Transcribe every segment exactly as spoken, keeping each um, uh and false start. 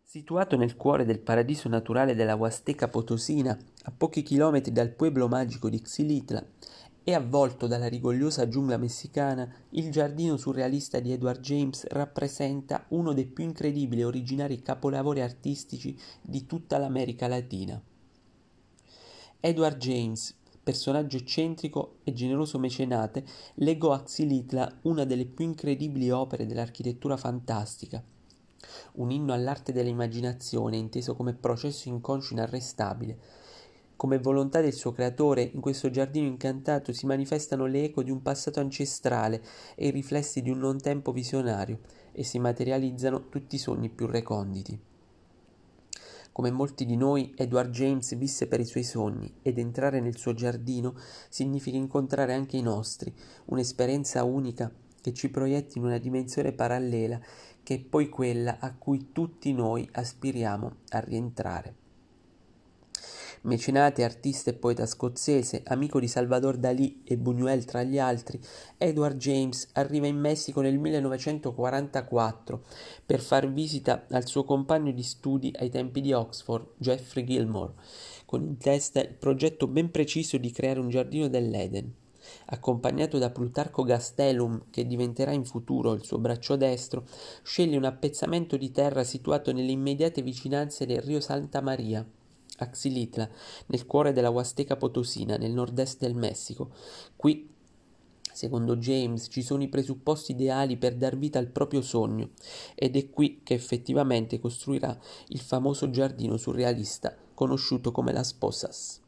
Situato nel cuore del paradiso naturale della Huasteca Potosina, a pochi chilometri dal pueblo magico di Xilitla e avvolto dalla rigogliosa giungla messicana, il giardino surrealista di Edward James rappresenta uno dei più incredibili e originari capolavori artistici di tutta l'America Latina. Edward James, personaggio eccentrico e generoso mecenate, legò a Xilitla una delle più incredibili opere dell'architettura fantastica, un inno all'arte dell'immaginazione inteso come processo inconscio inarrestabile. Come volontà del suo creatore, in questo giardino incantato si manifestano le eco di un passato ancestrale e i riflessi di un non tempo visionario, e si materializzano tutti i sogni più reconditi. Come molti di noi, Edward James visse per i suoi sogni, ed entrare nel suo giardino significa incontrare anche i nostri, un'esperienza unica che ci proietti in una dimensione parallela, che è poi quella a cui tutti noi aspiriamo a rientrare. Mecenate, artista e poeta scozzese, amico di Salvador Dalì e Buñuel tra gli altri, Edward James arriva in Messico nel millenovecentoquarantaquattro per far visita al suo compagno di studi ai tempi di Oxford, Geoffrey Gilmore, con in testa il progetto ben preciso di creare un giardino dell'Eden. Accompagnato da Plutarco Gastelum, che diventerà in futuro il suo braccio destro, sceglie un appezzamento di terra situato nelle immediate vicinanze del Rio Santa Maria, a Xilitla, nel cuore della Huasteca Potosina, nel nord-est del Messico. Qui, secondo James, ci sono i presupposti ideali per dar vita al proprio sogno, ed è qui che effettivamente costruirà il famoso giardino surrealista conosciuto come Las Posas.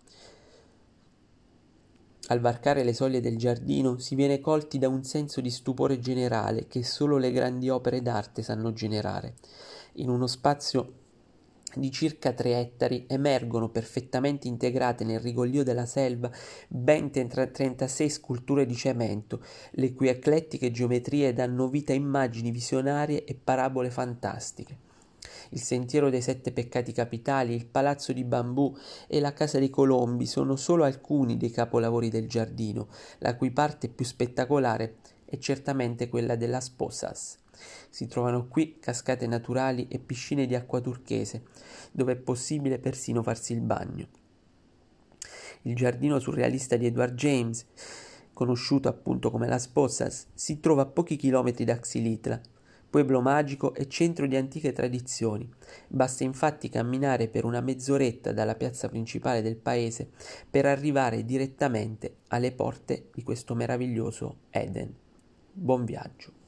Al varcare le soglie del giardino si viene colti da un senso di stupore generale che solo le grandi opere d'arte sanno generare. In uno spazio di circa tre ettari emergono, perfettamente integrate nel rigoglio della selva, ben trentasei sculture di cemento, le cui eclettiche geometrie danno vita a immagini visionarie e parabole fantastiche. Il sentiero dei sette peccati capitali, il palazzo di bambù e la casa dei colombi sono solo alcuni dei capolavori del giardino, la cui parte più spettacolare è certamente quella della Las Posas. Si trovano qui cascate naturali e piscine di acqua turchese, dove è possibile persino farsi il bagno. Il giardino surrealista di Edward James, conosciuto appunto come Las Posas, si trova a pochi chilometri da Xilitla, pueblo magico e centro di antiche tradizioni. Basta infatti camminare per una mezz'oretta dalla piazza principale del paese per arrivare direttamente alle porte di questo meraviglioso Eden. Buon viaggio.